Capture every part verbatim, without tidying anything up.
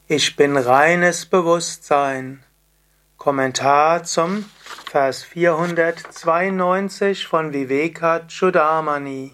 Ich bin reines Bewusstsein. Kommentar zum Vers vierhundertzweiundneunzig von Vivekachudamani.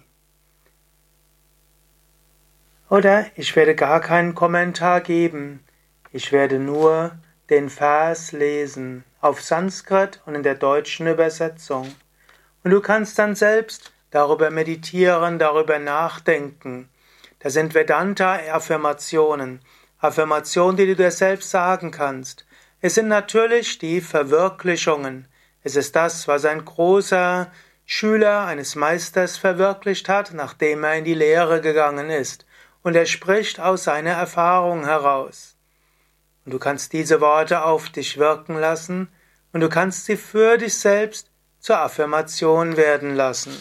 Oder ich werde gar keinen Kommentar geben. Ich werde nur den Vers lesen, auf Sanskrit und in der deutschen Übersetzung. Und du kannst dann selbst darüber meditieren, darüber nachdenken. Das sind Vedanta-Affirmationen. Affirmationen, die du dir selbst sagen kannst. Es sind natürlich die Verwirklichungen. Es ist das, was ein großer Schüler eines Meisters verwirklicht hat, nachdem er in die Lehre gegangen ist. Und er spricht aus seiner Erfahrung heraus. Und du kannst diese Worte auf dich wirken lassen und du kannst sie für dich selbst zur Affirmation werden lassen.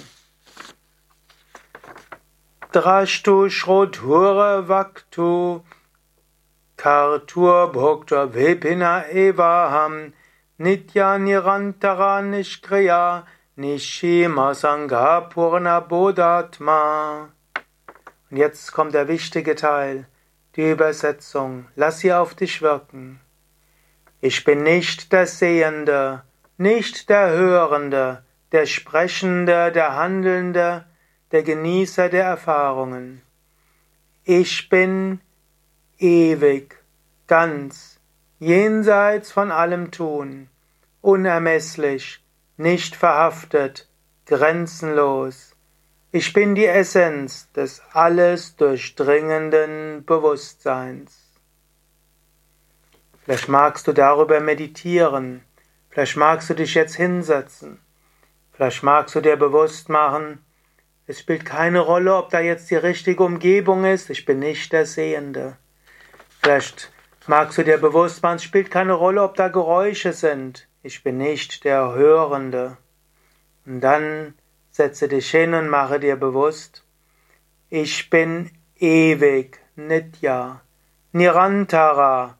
Drashtu Shrodhura Vaktu Kartur Bhokta Vipina Evaham Nitya Nirantara Nishkriya Nishima Sangha Purna Bodhatma. Und jetzt kommt der wichtige Teil, die Übersetzung. Lass sie auf dich wirken. Ich bin nicht der Sehende, nicht der Hörende, der Sprechende, der Handelnde, der Genießer der Erfahrungen. Ich bin ewig, ganz, jenseits von allem Tun, unermesslich, nicht verhaftet, grenzenlos. Ich bin die Essenz des alles durchdringenden Bewusstseins. Vielleicht magst du darüber meditieren, vielleicht magst du dich jetzt hinsetzen, vielleicht magst du dir bewusst machen, es spielt keine Rolle, ob da jetzt die richtige Umgebung ist, ich bin nicht der Sehende. Vielleicht magst du dir bewusst machen, es spielt keine Rolle, ob da Geräusche sind, ich bin nicht der Hörende. Und dann setze dich hin und mache dir bewusst, ich bin ewig, Nitya, Nirantara,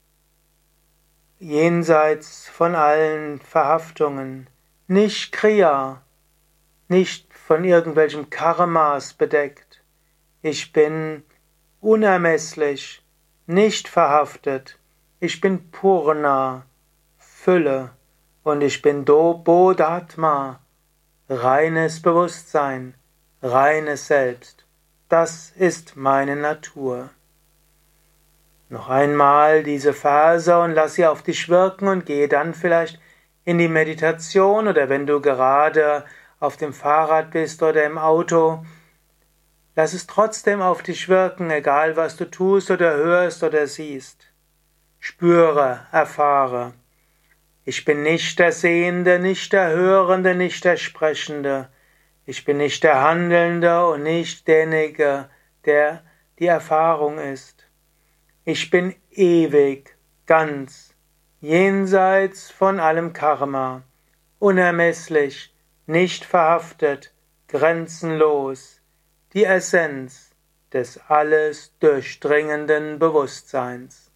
jenseits von allen Verhaftungen, nicht Kriya, nicht von irgendwelchem Karmas bedeckt. Ich bin unermesslich, nicht verhaftet. Ich bin Purna, Fülle, und ich bin Do Bodhatma, reines Bewusstsein, reines Selbst. Das ist meine Natur. Noch einmal diese Verse und lass sie auf dich wirken und gehe dann vielleicht in die Meditation oder wenn du gerade auf dem Fahrrad bist oder im Auto, lass es trotzdem auf dich wirken, egal was du tust oder hörst oder siehst. Spüre, erfahre. Ich bin nicht der Sehende, nicht der Hörende, nicht der Sprechende. Ich bin nicht der Handelnde und nicht derjenige, der die Erfahrung ist. Ich bin ewig, ganz, jenseits von allem Karma, unermesslich, nicht verhaftet, grenzenlos, die Essenz des alles durchdringenden Bewusstseins.